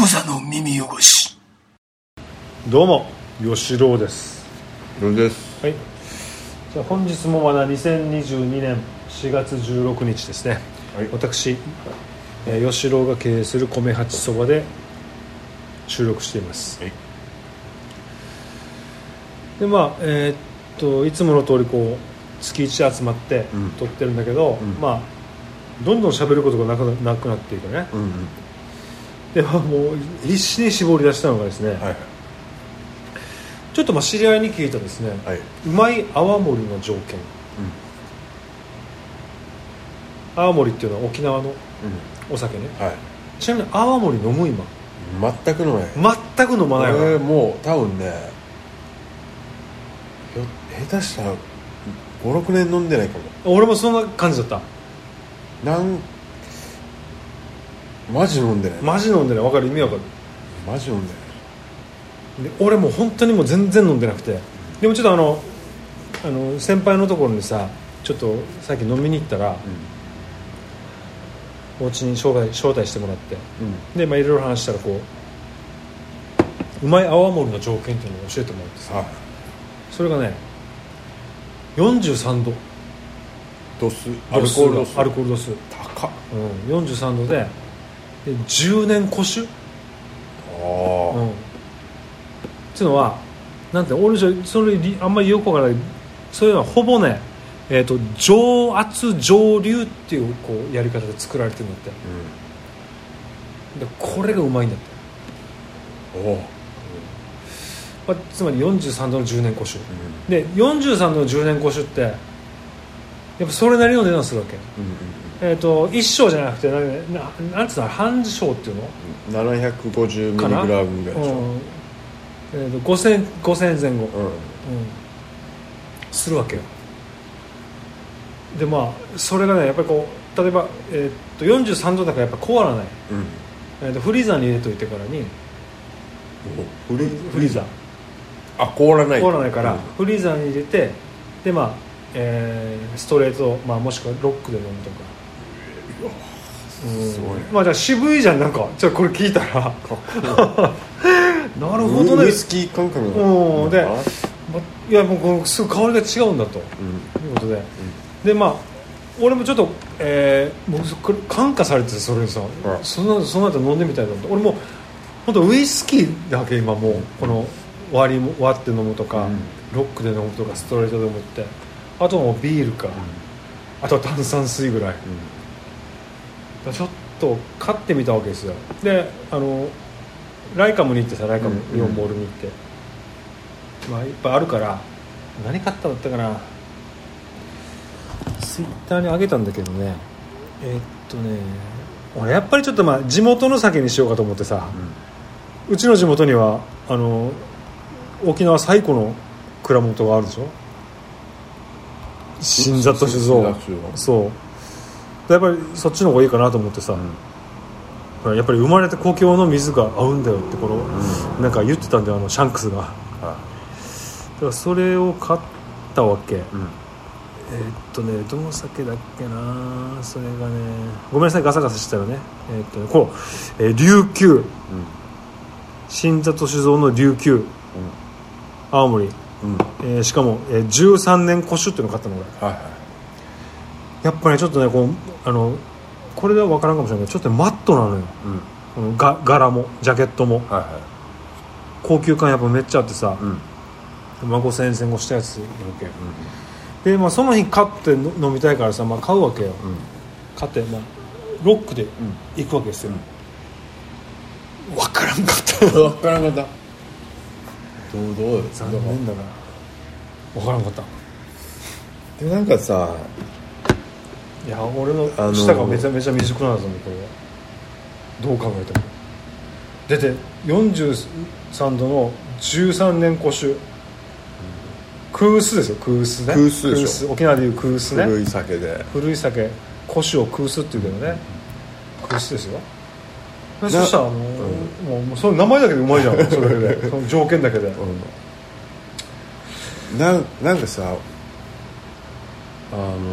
無座の耳汚し。 どうも吉郎です。 どうです。 はい。じゃあ本日もまだ2022年4月16日ですね。 はい、 私、吉郎が経営する米八そばで収録しています。 はい。 でいつもの通りこう月1集まって撮ってるんだけど、どんどん喋ることがなくなっていくね。でもう必死に絞り出したのがですね、 はい、 ちょっと知り合いに聞いたですね、 はい、 うまい泡盛の条件、泡盛っていうのは沖縄のお酒ね、 はい、 ちなみに泡盛飲む今？ 全く飲まない。 全く飲まないわ。 もう多分ね、下手したら 5,6 年飲んでないかも。 俺もそんな感じだった。 マジ飲んでない。 マジ飲んでない。分かる、意味分かる。 マジ飲んでない。 で俺もう本当にもう全然飲んでなくて、でもちょっと先輩のところにさ、ちょっとさっき飲みに行ったら、お家に招待してもらって、でいろいろ話したらこうまい泡盛の条件っていうのを教えてもらってさ、それがね43度度数、アルコール度数高っ、43度で10年古酒。っていうのはなんて、俺それあんまりよくわからない。そういうのはほぼね、上圧上流っていうこうやり方で作られてるんだって、でこれがうまいんだって。つまり43度の10年古酒、で43度の10年古酒ってやっぱそれなりの値段するわけ。一升じゃなくてなんつうの、半升っていうの 750mg ぐらいでしょ。 5000前後、するわけよ。でそれがねやっぱりこう例えば、43度だからやっぱ凍らない、フリーザーに入れといてからにフリーザー凍らないから、フリーザーに入れて、でストレート、もしくはロックで飲むとか。 すごいね。 じゃあ渋いじゃん。なんかちょっとこれ聞いたらなるほどね。 ウイスキー感覚で、いやもうこのすぐ香りが違うんだと、いうことで、で俺もちょっと、僕感化されてそれにさ、その後飲んでみたいと思って、俺も本当ウイスキーだけ今もうこの割って飲むとか、ロックで飲むとか、ストレートで飲むって、あとはもうビールか、あとは炭酸水ぐらい、ちょっと買ってみたわけですよ。でライカムに行ってさ、ライカムイオンモールに行って、いっぱいあるから、何買ったんだったかな、ツイッターにあげたんだけどね、俺やっぱりちょっと地元の酒にしようかと思ってさ、うちの地元には沖縄最古の蔵元があるでしょ、新里酒造。そうやっぱりそっちの方がいいかなと思ってさ、やっぱり生まれて故郷の水が合うんだよってなんか言ってたんで、シャンクスが、だからそれを買ったわけ。どの酒だっけな、それがね、ごめんなさいガサガサしたらね、琉球、新里酒造の琉球、青森、しかも、13年古酒っていうのを買ったの俺、やっぱりちょっとねこれでは分からんかもしれないけど、ちょっとマットなのよ、この柄もジャケットも、高級感やっぱめっちゃあってさ、5000円前後したやつなわけ、でその日買って飲みたいからさ、買うわけよ、買って、ロックで行くわけですよ、分からんかったどう残念だから分からんかった。 でなんかさ、 いや俺の舌がめちゃめちゃ未熟なんだぞ、これはどう考えても。出て43度の13年古酒、空須ですよ、空須ね。 空須でしょ、 沖縄でいう空須ね。 古い酒で、 古い酒、古酒を空須っていうけどね、空須ですよ。そしたらもうその名前だけでうまいじゃんそれでその条件だけで、 なんかさ、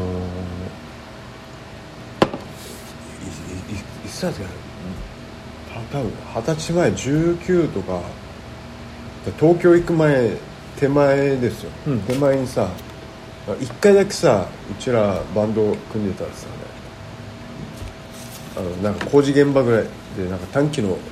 いつだっけ、 多分20歳前19とか東京行く前手前ですよ、手前にさ1回だけさうちらバンド組んでたらさ、なんか工事現場ぐらいでなんか短期の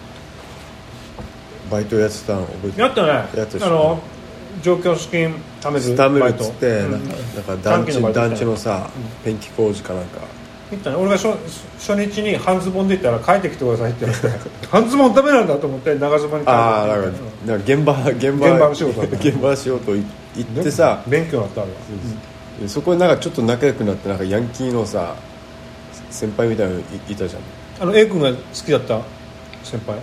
バイトやってたの覚えてる？ やったね。 やったでしょ。 上京資金貯めるっつって、なんか団地のさ、ペンキ工事かなんか行ったね。俺が初日に半ズボンで行ったら帰ってきてくださいって言われて半ズボンダメなんだと思って長ズボンに帰ってきて、 なんか現場の仕事現場仕事行ってさ、 勉強になったあれは。 そこでなんかちょっと仲良くなって、なんかヤンキーのさ先輩みたいなのいたじゃん。 A 君が好きだった先輩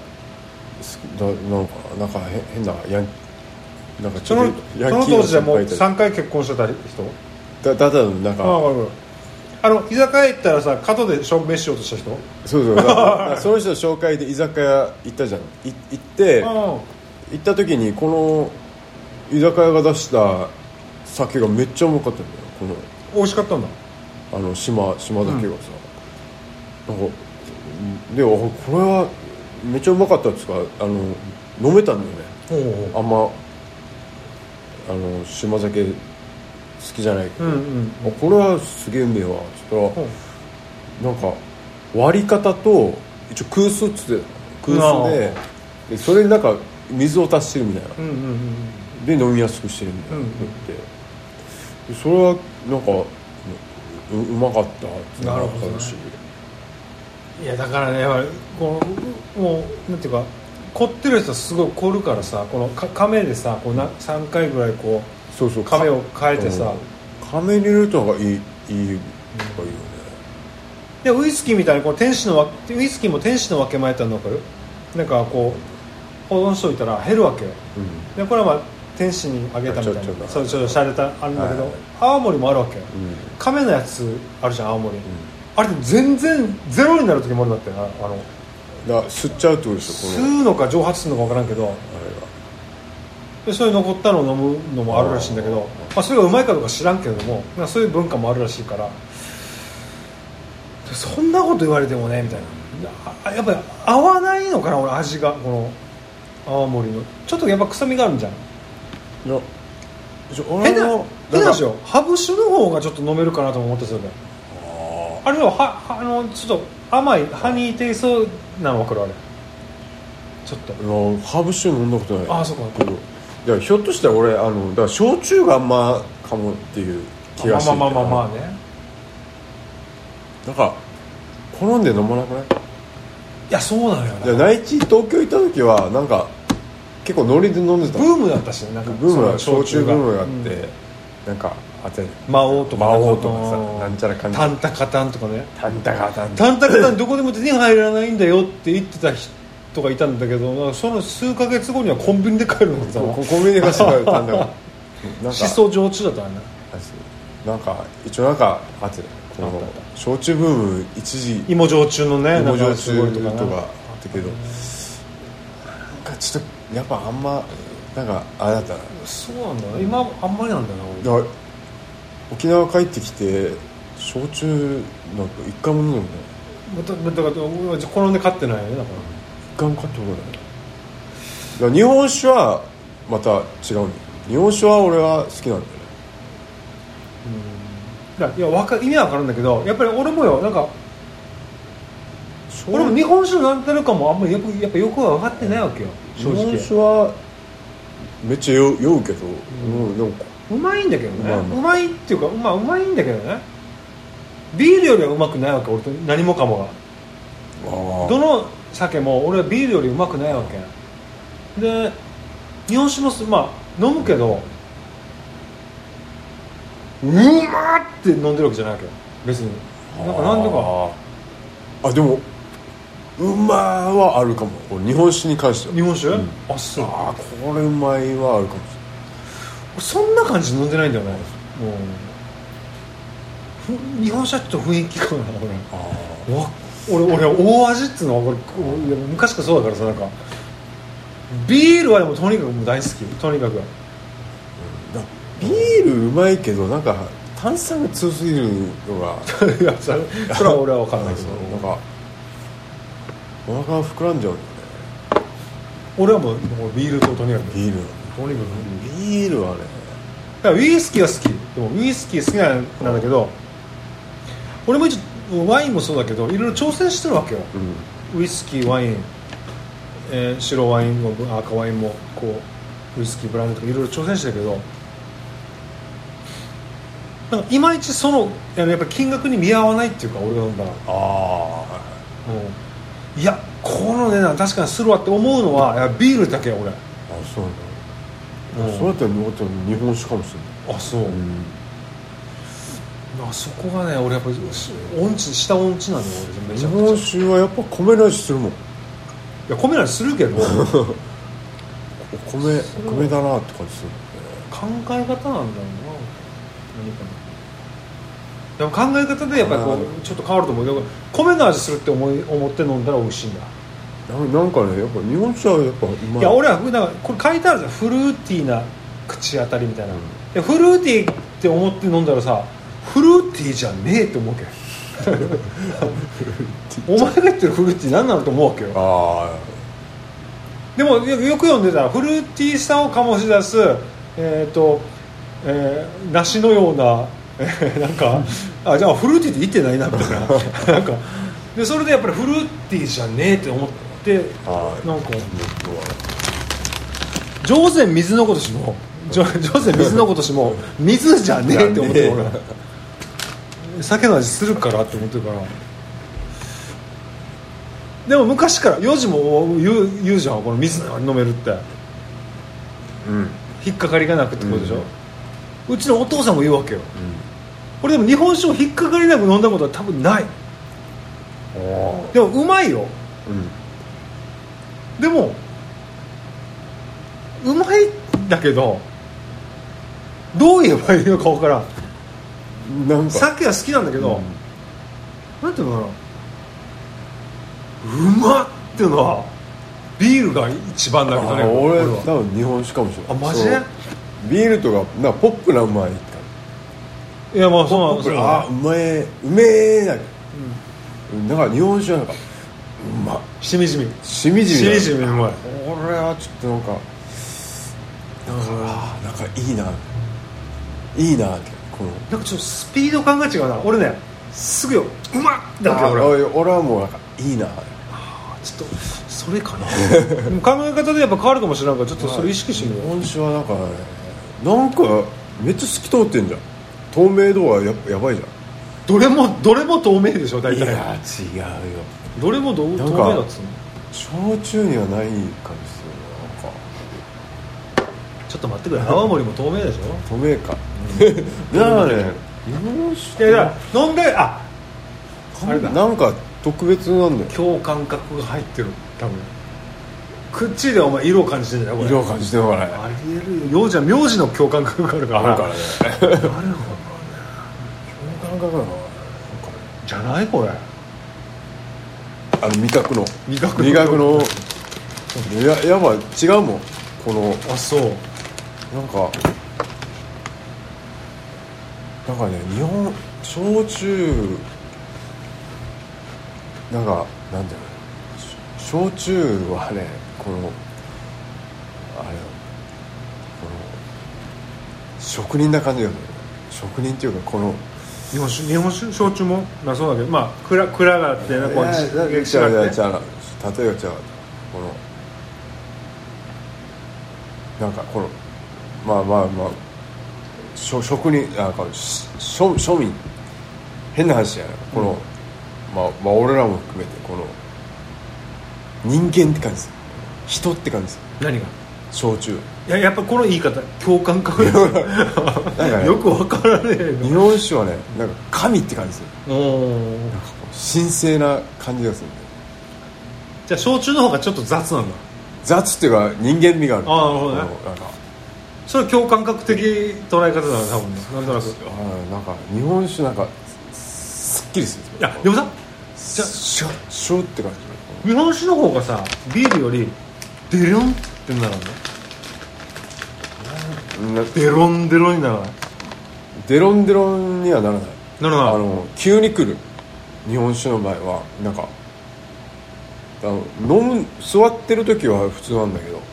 なんか変ななんかちそのょっとヤンキーの当時はもう先輩 3回結婚してた人だったのなんか居酒屋行ったらさ角で証明しようとした人。 そうだからその人の紹介で居酒屋行ったじゃん。行って行った時にこの居酒屋が出した酒がめっちゃうまかったんだよ。 美味しかったんだ。 島酒がさ、なんかでこれはめっちゃうまかったっつうか飲めたんだよね。あんま島酒好きじゃないけど、これはすげえうめえわっつったら、なんか割り方と一応空数っつって空数でそれになんか水を足してるみたいな、で飲みやすくしてるみたいなって、それはなんかうまかったってなるほどし、 いやだからねやっぱりこのもうなんていうか凝ってる人はすごい凝るからさ、この亀でさこう3回ぐらいこう亀を変えてさ、 亀に入れるとなんかいいよね。 でウイスキーみたいなこうウイスキーも天使の分け前っての分かる？なんかこう保存しといたら減るわけよ、でこれはまあ天使にあげたみたいな、そうちょっとしゃれたあるんだけど、青森もあるわけよ、亀のやつあるじゃん青森、あれ全然ゼロになる時もあるんだって吸っちゃうってことでしょ。 吸うのか蒸発するのか分からんけど、でそれ残ったのを飲むのもあるらしいんだけど、それがうまいかどうか知らんけれども、そういう文化もあるらしいから、そんなこと言われてもねみたいな、やっぱり合わないのかな俺味が、この青森のちょっとやっぱ臭みがあるんじゃん。変なしよ、ハブ酒の方がちょっと飲めるかなと思ってたよね。あれはちょっと甘いハニーテイストなの分かる？あれちょっとハーブ酒飲んだことない。 ああそうか。 いやひょっとしたら俺だから焼酎があんまかもっていう気がしてる。まあね。なんか好んで飲まなくない？いやそうなのよな。 内地東京行った時はなんか結構ノリで飲んでた。 ブームだったし、なんかブームが焼酎ブームがあって、なんか魔王とかさ、なんちゃらかんちゃらタンタカタンとかね。 タンタカタンどこでも手に入らないんだよって言ってた人がいたんだけど、その数ヶ月後にはコンビニで買えるのさ。 コンビニで買えるタンタカ。 しそ焼酎だったね。 なんか一応なんかこの焼酎ブーム一時芋焼酎のね、 芋焼酎とかあったけど、なんかちょっとやっぱあんまなんかあれだったな。 そうなんだ、今あんまりなんだな俺。 沖縄帰ってきて焼酎なんか一回も飲んでない。 だから俺転んで買ってないよね。だから一回も買ったことない。だから日本酒はまた違うんだ。日本酒は俺は好きなんだよね。 いや意味は分かるんだけど、やっぱり俺もよ、なんか俺も日本酒なんてるかもあんまりやっぱよくは分かってないわけよ、正直。日本酒はめっちゃ酔うけど、でもうまいんだけどね、うまいっていうか、うまいんだけどね、ビールよりはうまくないわけ、俺と何もかもが。どの酒も俺はビールよりうまくないわけで、日本酒も飲むけどうまーって飲んでるわけじゃないわけよ別に。なんでかでもうまはあるかも。日本酒に関しては。 日本酒、そう。 これうまいはあるかもしれない。そんな感じで飲んでないんだよね。日本酒はちょっと雰囲気かな俺大味っつうのは昔からそうだからさ、なんかビールはでもとにかくもう大好き、とにかく。 ビールうまいけどなんか炭酸が強すぎるのがいやそれは俺は分かんないけど、 なんかお腹が膨らんじゃうよね。 俺はもうビールととにかくビールはね、 だからウイスキーは好き。でもウイスキー好きなんだけど、俺も一応ワインもそうだけどいろいろ挑戦してるわけよ、ウイスキー、ワイン、白ワインも赤ワインもこうウイスキー、ブランドとかいろいろ挑戦してるけど、なんかいまいちそのやっぱり金額に見合わないっていうか、俺が飲んだらいやこの値段確かにするわって思うのはやビールだけや俺。 そうなんだ。そうやったら日本酒かもしれない。そう、 そこがね俺やっぱり下音痴なんだよ俺。めちゃくちゃ日本酒はやっぱ米の味するもん。いや米の味するけど米だなって感じする、 考え方なんだろうな。何かな。でも考え方でやっぱりこうちょっと変わると思うけど、米の味するって思って飲んだら美味しいんだ。 なんかねやっぱ日本酒はやっぱうまい。 いや俺はなんかこれ書いてあるじゃん、フルーティーな口当たりみたいな、フルーティーって思って飲んだらさ、フルーティーじゃねえって思うわけお前が言ってるフルーティー何なのと思うわけよ。でもよく読んでたらフルーティーさを醸し出す梨のようななんかじゃあフルーティーって言ってないなみたいななんかでそれでやっぱりフルーティーじゃねえって思って、なんか上善水のことしも水じゃねえって思ってる俺酒の味するからって思ってるから。でも昔から4時も言うじゃん、この水飲めるって、引っかかりがなくってことでしょ、うちのお父さんも言うわけよ、俺でも日本酒を引っかかりなく飲んだことは多分ない。でもうまいよ、でもうまいんだけどどう言えばいいのか分からん。なんか酒は好きなんだけど、なんていうのかな、うまっていうのはビールが一番だけどね。 俺は多分日本酒かもしれない。 マジでビールとかなんかポップなうまいって感じ。いやまあそううめえだけど、だから日本酒はなんかうましみじみうまい。 俺はちょっとなんかいいなってこのなんかちょっとスピード感が違うな。俺ねすぐようまっだけど俺はもうなんかいいな。 ちょっとそれかな考え方でやっぱ変わるかもしれないから、ちょっとそれ意識してみよう。 日本酒はなんかめっちゃ透き通ってんじゃん。透明度はやばいじゃん。 どれも透明でしょ大体。 いや違うよ。 どれも透明だっつうの。 焼酎にはない感じする。なんかちょっと待ってくれ、泡盛も透明でしょ。 透明かだからね日本酒いや飲んであれだ、 なんか特別なんだよ。 共感覚が入ってる多分。口でお前色を感じてんじゃないこれ。 色を感じてるからね。 ありえるよ。じゃあ名字の共感覚があるからなるほどね共感覚なのじゃないこれ。 味覚のやっぱ違うもんこの。 そうなんかね日本焼酎なんだろう、焼酎はねこの職人な感じがする。職人っていうかこの日本酒焼酎もそうだけど、まあ蔵があってね、こう違う例えば違うこのなんかこのまあ職人庶民変な話やなこの、俺らも含めてこの人間って感じです。人って感じです。 何が焼酎。 やっぱこの言い方共感覚ですなんか、ね、よく分からねえ日本酒はねなんか神って感じですよ。 なんか神聖な感じがするんで。 じゃあ焼酎の方がちょっと雑なんだ。 雑っていうか人間味がある。 なるほどね。なんかそれは共感覚的捉え方だな多分ね。なんとなくなんか日本酒なんかすっきりする。 いやでもさじゃシュッって感じ。日本酒の方がさビールよりデロンってならない。デロンデロンにならない。 デロンデロンにはならない。 ならない。 急に来る日本酒の場合はなんか座ってる時は普通なんだけど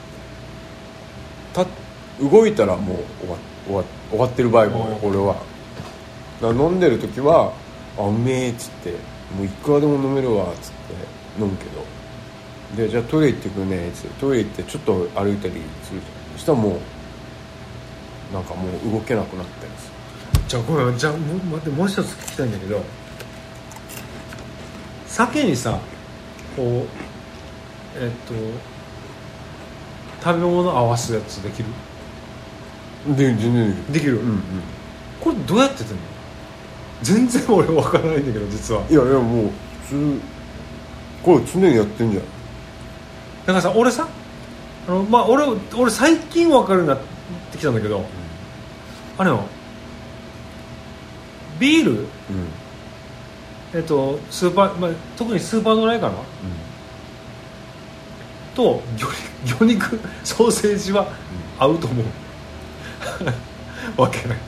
動いたらもう終わってる場合も俺はだから飲んでる時はうめえっつってもういくらでも飲めるわっつって飲むけどでじゃあトイレ行ってくるねっつってトイレ行ってちょっと歩いたりするじゃんそしたらもうなんかもう動けなくなったりするじゃあごめんじゃあ待ってもう一つ聞きたいんだけど酒にさこう食べ物合わすやつできる全然できる、うんうん、これどうやってやってんの全然俺分からないんだけど実はいやもうこれ常にやってんじゃんだからさ俺さ俺最近分かるようになってきたんだけど、うん、あれよビール、うん、スーパー、特にスーパードライかな、うん、と魚肉ソーセージは合うと思う、わけない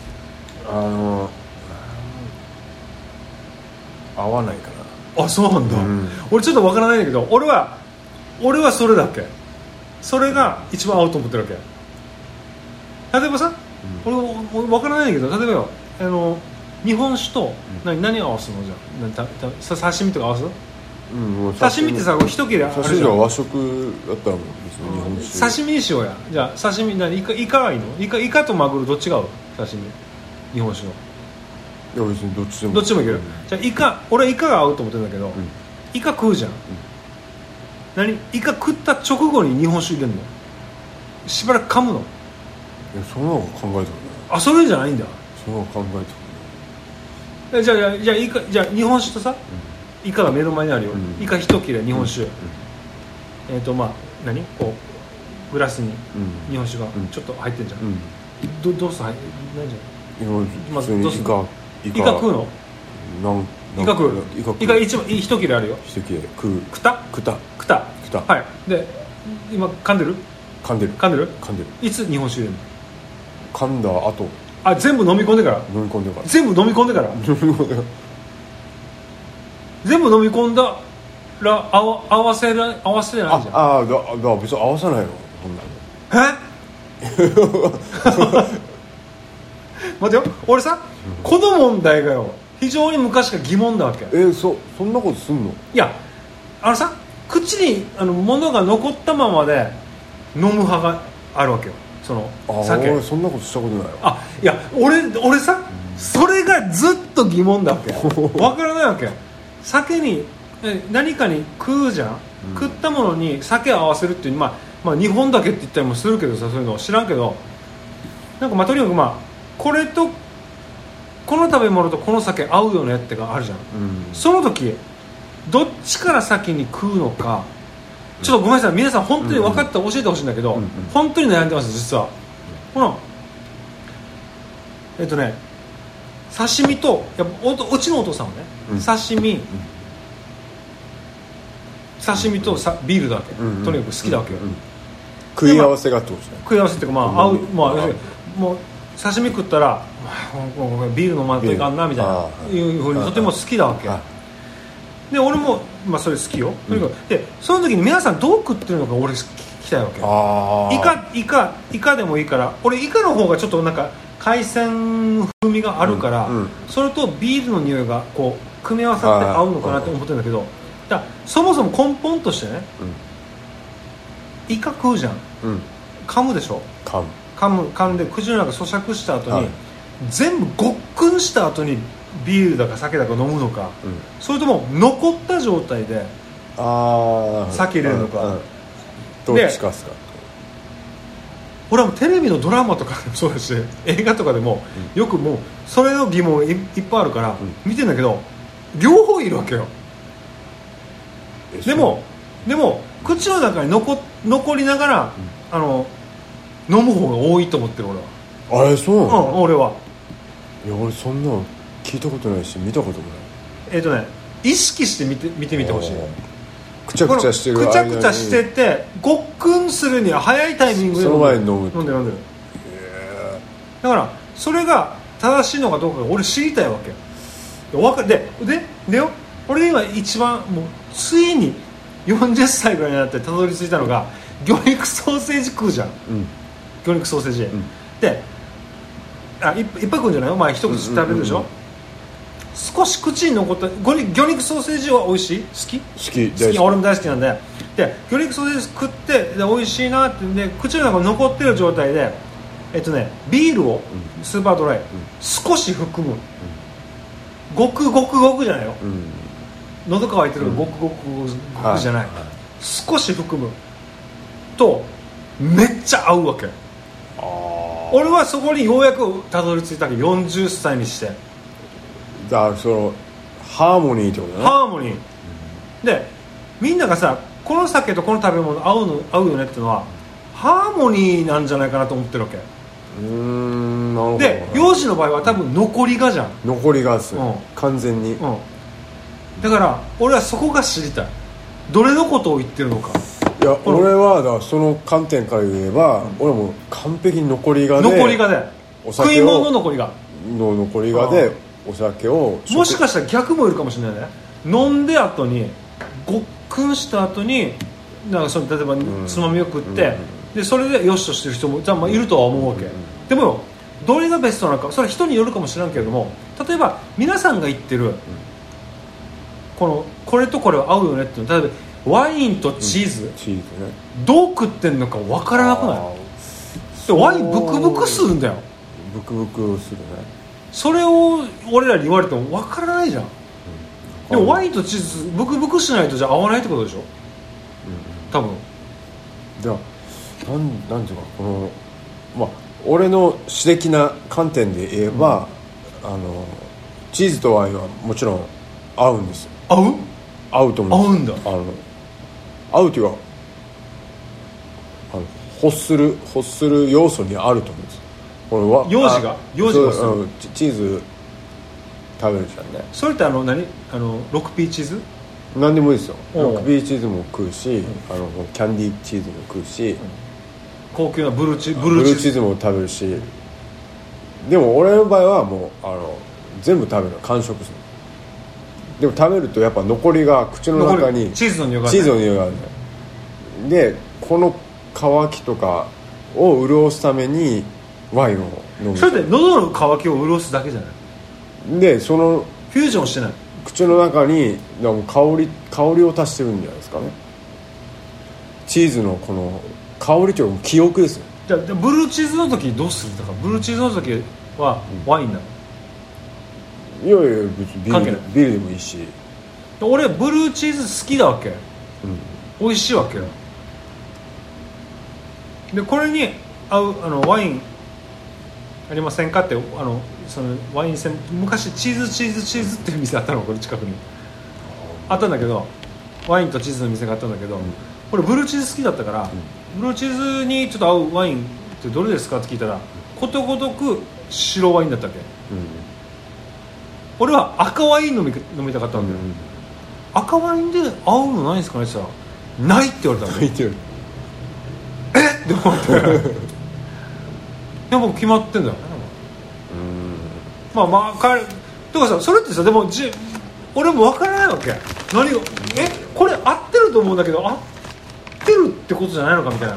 合わないかなあそうなんだ、うん、俺ちょっとわからないんだけど俺はそれだけそれが一番合うと思ってるわけ例えばさ、うん、俺わからないんだけど例えばよ日本酒と何合わすのじゃあ刺身とか合わす、うん、刺身ってさ一切れあるじゃん刺身は和食だったらもう別に日本酒刺身にしようやじゃあ刺身イカがいいのイカとマグロどっちが合う刺身日本酒のいや別にどっちでもいける、うん、じゃあ俺はイカが合うと思ってるんだけど、うん、イカ食うじゃん、うん、イカ食った直後に日本酒入れるのしばらく噛むのいやそんなの考えたことないあそれじゃないんだそんなの考えたことないじゃあ日本酒とさ、イカが目の前にあるよ、イカ一切れ日本酒、何こうグラスに日本酒がちょっと入ってんじゃん、どうするないじゃん普通にイカ食うのイカ食うイカ一切れあるよ一切れ食った、はいで今噛んでるいつ日本酒入れるの噛んだ後全部飲み込んでから全部飲み込んでから全部飲み込んだら合わせないじゃん別に合わさないよそんなの待てよ俺さ、この問題がよ非常に昔から疑問だわけそんなことすんのいやさ口に物が残ったままで飲む派があるわけよその酒俺そんなことしたことないよいや俺さ、それがずっと疑問だわけわからないわけ酒に何かに食うじゃん、食ったものに酒を合わせるっていうまあ日本だけって言ったりもするけどさそういうの知らんけどなんかとにかくこれとこの食べ物とこの酒合うようなやつがあるじゃん、その時どっちから先に食うのかちょっとごめんなさい皆さん本当に分かったら教えてほしいんだけど、本当に悩んでます実はこの刺身とうちのお父さんはね、刺身とビールだけ、とにかく好きだわけよ、 食い合わせがってことですね食い合わせっていうか合うもう刺身食ったらビール飲まないといかんなみたいないうふうにとても好きだわけで俺もそれ好きよ、でその時に皆さんどう食ってるのか俺聞きたいわけイカでもいいから俺イカの方がちょっとなんか海鮮風味があるから、それとビールの匂いがこう組み合わさって合うのかなって思ってるんだけどそもそも根本としてね、イカ食うじゃん、噛むでしょ噛んで口の中咀嚼した後に、全部ごっくんした後にビールだか酒だか飲むのか、それとも残った状態で酒入れるのか、 どっちかっすか俺はもうテレビのドラマとかでもそうだし映画とかでも、よくもうそれの疑問いっぱいあるから見てんだけど、両方いるわけよ。でも口の中に残りながら、飲む方が多いと思ってる俺は。 そうなの？ 俺は。 いや俺そんなの聞いたことないし見たこともない。 意識して見てみてほしい。 くちゃくちゃしてる間にくちゃくちゃしててごっくんするには早いタイミングでその前に飲んでる。 だからそれが正しいのかどうか俺知りたいわけでよ俺今一番もうついに 40歳ぐらいになってたどり着いたのが魚肉ソーセージ食うじゃん、魚肉ソーセージ、でいっぱい食うんじゃないお前一口食べるでしょ、少し口に残った魚肉ソーセージは美味しい？好き俺も大好きなんで魚肉ソーセージ食ってで美味しいなってで口の中に残ってる状態でビールをスーパードライ、少し含む、ごくごくごくじゃないよ、喉乾いてるごくごくごくじゃない、少し含むとめっちゃ合うわけ。俺はそこにようやくたどり着いたけど40歳にしてだからそのハーモニーってことね。 ハーモニー、でみんながさこの酒とこの食べ物合うよねっていうのはハーモニーなんじゃないかなと思ってるわけ。 なるほど。 で幼児の場合は多分残りがじゃん、 残りがです、完全に、 だから俺はそこが知りたい。どれのことを言ってるのか。 いや俺はだからその観点から言えば、俺も完璧に残りがでお酒を食い物の残りがでお酒をもしかしたら逆もいるかもしれないね。飲んで後にごっくんした後になんかその例えばつまみを食って、でそれでよしとしてる人もいるとは思うわけ、でもどれがベストなのかそれは人によるかもしれんけれども、例えば皆さんが言ってるこれとこれは合うよねっていうの、例えばワインとチーズ、どう食ってんのか分からなくない？ワインブクブクするんだよ。 ブクブクするね。 それを俺らに言われても分からないじゃん、でもワインとチーズブクブクしないとじゃあ合わないってことでしょ、多分。 じゃあなんていうか俺の私的な観点で言えば、チーズとワインはもちろん合うんですよ。合うと思うんです。 合うんだ。 合うというか欲する要素にあると思うんです。これは幼児がチーズ食べるじゃんね。 それって6P チーズ何でもいいですよ。6P チーズも食うし、キャンディーチーズも食うし、 高級なブルーチーズも食べるし、でも俺の場合はもう全部食べる、完食する。でも食べるとやっぱ残りが口の中にチーズの匂いがあるね。 でこの渇きとかを潤すためにワインを飲む。 それで喉の渇きを潤すだけじゃない？ でそのフュージョンしてない？ 口の中に香りを足してるんじゃないですかね。チーズのこの香りというか記憶ですよ。 じゃあブルーチーズの時どうする？だからブルーチーズの時はワインなの？ いや別にビールでもいいし。 俺ブルーチーズ好きだわけ、美味しいわけよ。でこれに合うワインありませんかってそのワイン店昔チーズっていう店あったの、これ近くにあったんだけど、ワインとチーズの店があったんだけど、俺ブルーチーズ好きだったから、ブルーチーズにちょっと合うワインってどれですかって聞いたらことごとく白ワインだったわけ、俺は赤ワイン飲みたかったわけよ、赤ワインで合うのないんですかねって言ったらないって言われたの。って思ってでも決まってんだよ。まあ帰るとかさ、それってさでも俺も分からないわけ。何がこれ合ってると思うんだけど合ってるってことじゃないのかみたいな。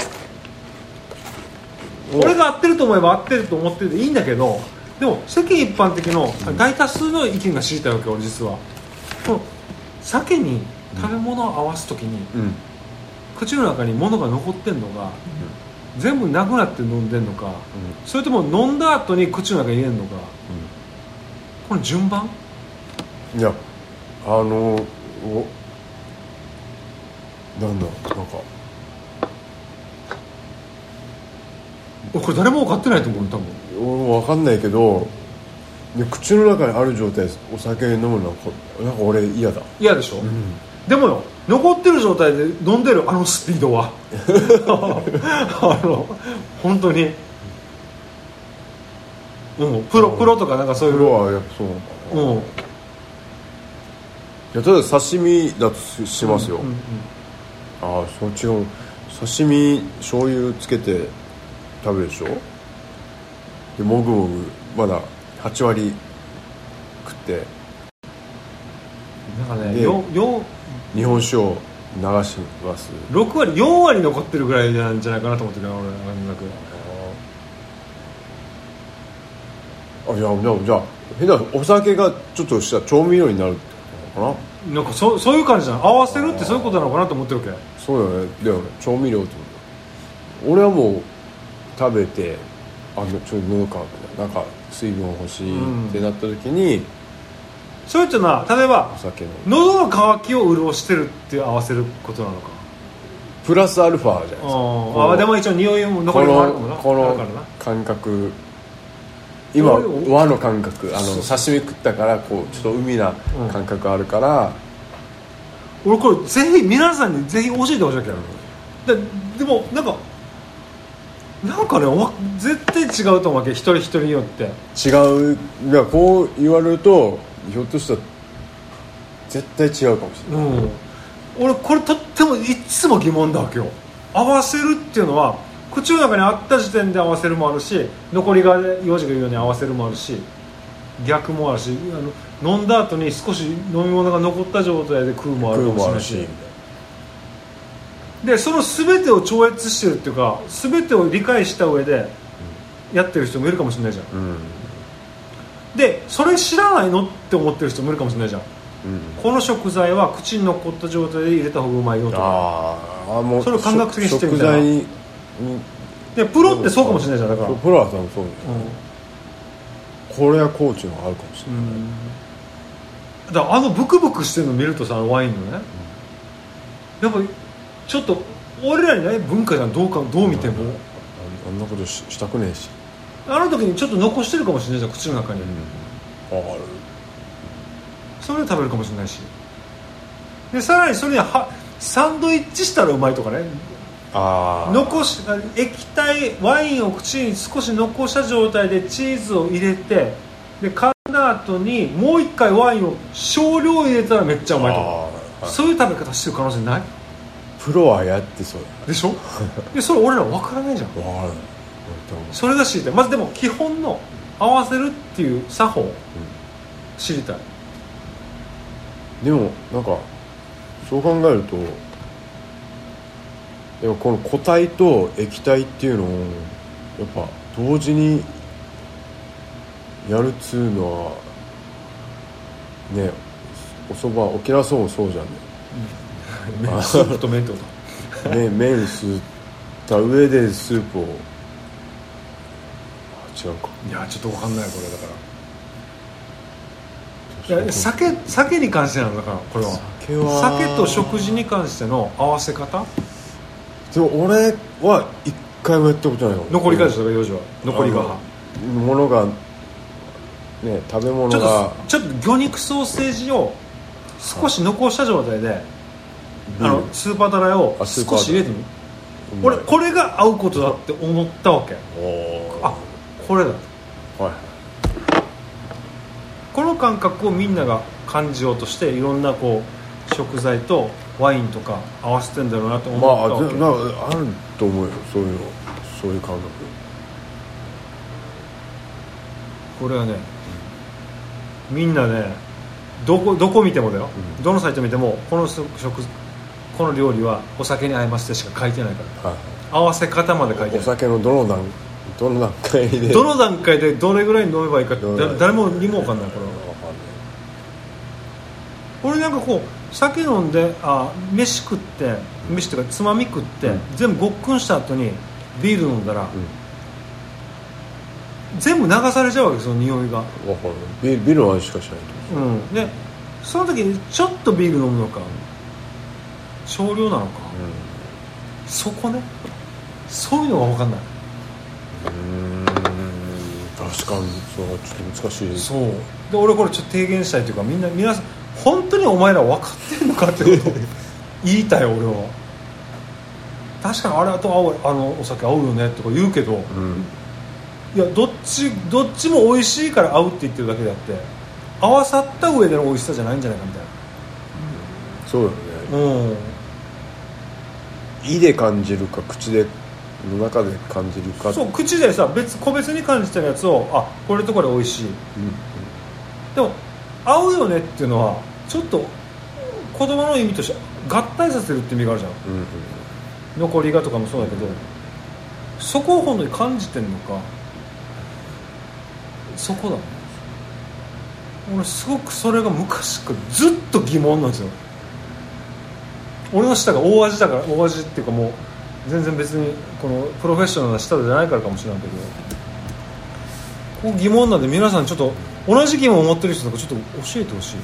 俺が合ってると思えば合ってると思ってていいんだけど、でも世間一般的の大多数の意見が知りたいわけ。俺実はこの酒に食べ物を合わすときに、口の中に物が残ってんのが、全部なくなって飲んでんのか、それとも飲んだ後に口の中に入れんのか、この順番。 いやなんかこれ誰も分かってないと思う多分。 俺も分かんないけど、口の中にある状態でお酒飲むのはなんか俺嫌だ。 嫌でしょ、でもよ残ってる状態で飲んでるスピードは本当に、プロとかなんかそういうプロはやっぱそうなのかな。いや例えば刺身だとしますよ、そう違う。刺身醤油つけて食べるでしょ。でもぐもぐまだ8割食って、 なんかね日本酒を流します 6割4割残ってるぐらいなんじゃないかなと思ってるけど俺音楽じゃあ変なお酒がちょっとした調味料になるってことなのかな。 なんかそういう感じじゃん。合わせるってそういうことなのかなと思ってるわけ。 そうだよね。でもね調味料ってこと俺はもう食べてちょっと喉乾くなんか水分欲しいってなった時に、 それってな例えばお酒の喉の渇きを潤してるって合わせることなのか。 プラスアルファじゃないですか。 でも一応匂いも残りもあるかもな。 この感覚今和の感覚刺身食ったからこうちょっと海な感覚あるから、 俺これぜひ皆さんにぜひ教えてほしいわけやろ。でもなんかね絶対違うと思うわけ。一人一人によって違う。いやこう言われるとひょっとしたら絶対違うかもしれない、 俺これとってもいつも疑問だわけよ。合わせるっていうのは口の中にあった時点で合わせるもあるし、残りが幼児が言うように合わせるもあるし、逆もあるし、飲んだ後に少し飲み物が残った状態で食うもあるかもしれないし、でその全てを超越してるっていうか全てを理解した上でやってる人もいるかもしれないじゃん、でそれ知らないのって思ってる人もいるかもしれないじゃん、この食材は口に残った状態で入れた方がうまいよとか、もうそれを感覚的に知ってるみたいな。でプロってそうかもしれないじゃん。だからプロは多分そう、これはコーチのがあるかもしれない、 だからブクブクしてるの見るとさワインのね、やっぱちょっと俺らにない文化じゃん。どう見てもあんなことしたくねえし、 あの時にちょっと残してるかもしれないじゃん口の中に、それで食べるかもしれないし、でさらにそれにサンドイッチしたらうまいとかね、液体ワインを口に少し残した状態でチーズを入れて、で噛んだ後にもう一回ワインを少量入れたらめっちゃうまいとか、そういう食べ方してる可能性ない？ プロはやってそうでしょでそれ俺ら分からないじゃん。 分からない。 それが知りたい。まずでも基本の合わせるっていう作法、知りたい。 でもなんかそう考えるとでもこの固体と液体っていうのをやっぱ同時にやるっつうのはね、お蕎麦沖縄そばもそうじゃんね、 スープと麺ってこと麺吸った上でスープを違うか。 いやちょっと分かんないこれだから。いや酒に関してなのだからこれは酒と食事に関しての合わせ方。 でも俺は一回もやったことないの。 残りがでしょ幼児は残りがものがね食べ物がちょっと魚肉ソーセージを少し残した状態でスーパードライを少し入れてみる。俺これが合うことだって思ったわけ。これだ、この感覚をみんなが感じようとしていろんなこう食材とワインとか合わせてんだろうなと思ったわけ。 あると思うよそういう感覚。 これはね、みんなねどこ見てもだよ、どのサイト見てもこの料理はお酒に合いますってしか書いてないから、合わせ方まで書いてない。 お酒のどの段階でどれぐらい飲めばいいか誰もにも分かんない。これは俺なんかこう酒飲んで飯っていうかつまみ食って、全部ごっくんした後にビール飲んだら、全部流されちゃうわけ。その匂いが分かる。ビールの味しかしないと、 でその時にちょっとビール飲むのか少量なのか、そこね、そういうのが分かんない。 確かにそうちょっと難しい。 そうで俺これちょっと提言したいというか、皆さん本当にお前ら分かってんのかってことを言いたい俺は。確かにあれとお酒合うよねとか言うけど、いやどっちも美味しいから合うって言ってるだけであって、合わさった上での美味しさじゃないんじゃないかみたいな。 そうだよね。胃で感じるか口の中で感じるか。 そう口でさ個別に感じてるやつをこれとこれ美味しい、でも合うよねっていうのはちょっと言葉の意味として合体させるって意味があるじゃん、残りがとかもそうだけど、そこを本当に感じてんのか、そこだね。俺すごくそれが昔からずっと疑問なんですよ。俺の舌が大味だから、大味っていうかもう全然別にこのプロフェッショナルな舌じゃないからかもしれないけど、こう疑問なんで、皆さんちょっと同じ疑問を持ってる人とかちょっと教えてほしい。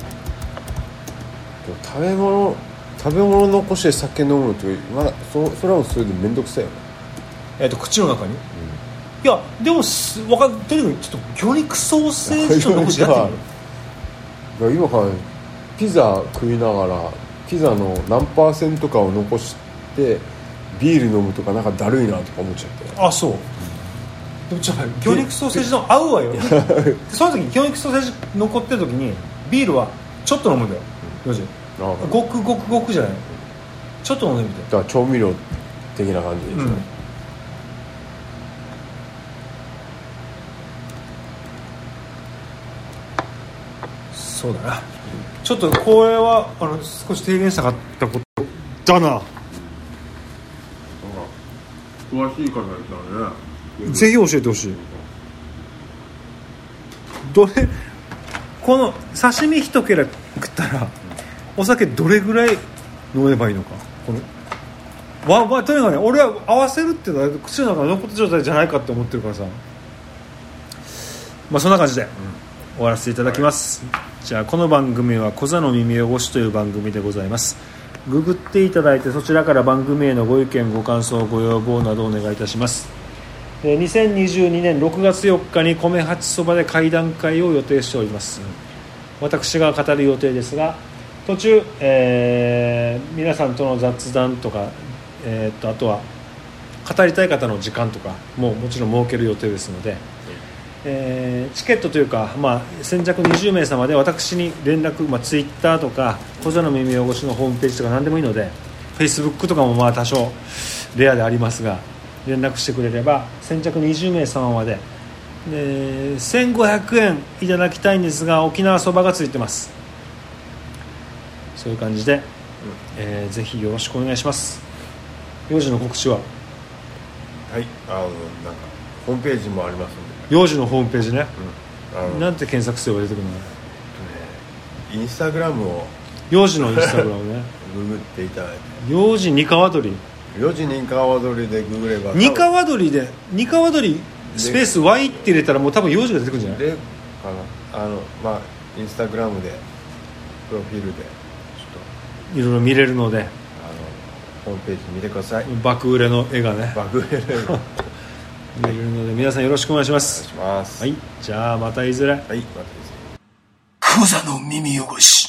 食べ物残して酒飲むとまだそれはもうそれで面倒くさいよね。 口の中に、いやでも分かってるのに、ちょっと魚肉ソーセージを残してやってみる。 今からピザ食いながらピザの何%かを残してビール飲むとかなんかだるいなとか思っちゃって。 あ、そう。でも魚肉ソーセージの合うわよその時に魚肉ソーセージ残ってる時にビールはちょっと飲むんだよ、ごくごくごくじゃない、ちょっと飲んでみて。 だから調味料的な感じでしょ、 そうだな。ちょっとこれは少し提言したかったことだな。 詳しい方ですからね。 ぜひ教えてほしい。この刺身一切れ食ったらお酒どれぐらい飲めばいいのか。とにかくね、俺は合わせるっていうのは口の中の残った状態じゃないかって思ってるからさ、そんな感じで終わらせていただきます、じゃあこの番組は小座の耳汚しという番組でございます。ググっていただいて、そちらから番組へのご意見ご感想ご要望などお願いいたします。2022年6月4日に米八そばで会談会を予定しております、私が語る予定ですが、途中、皆さんとの雑談とか、あとは語りたい方の時間とかももちろん設ける予定ですので、チケットというか、先着20名様で私に連絡、ツイッターとか小座の耳汚しのホームページとか何でもいいので、フェイスブックとかも多少レアでありますが連絡してくれれば先着20名様まで、1500円いただきたいんですが、沖縄そばがついてます。そういう感じで、ぜひよろしくお願いします。幼児の告知は、 はい、なんかホームページもありますので、 幼児のホームページね、なんて検索すれば出てくるの？ インスタグラムを、 幼児のインスタグラムねググっていただいて、 幼児ニカワドリ、 幼児ニカワドリでググれば、 ニカワドリでニカワドリスペース Y って入れたらもう多分幼児が出てくるんじゃない？ でかな、インスタグラムでプロフィールでちょっといろいろ見れるので、 ホームページ見てください。 爆売れの絵がね、 爆売れの絵が見れるので、皆さんよろしくお願いします。 お願いします。 はい、じゃあまたいずれ。 はい、またいずれ。 クザの耳汚し。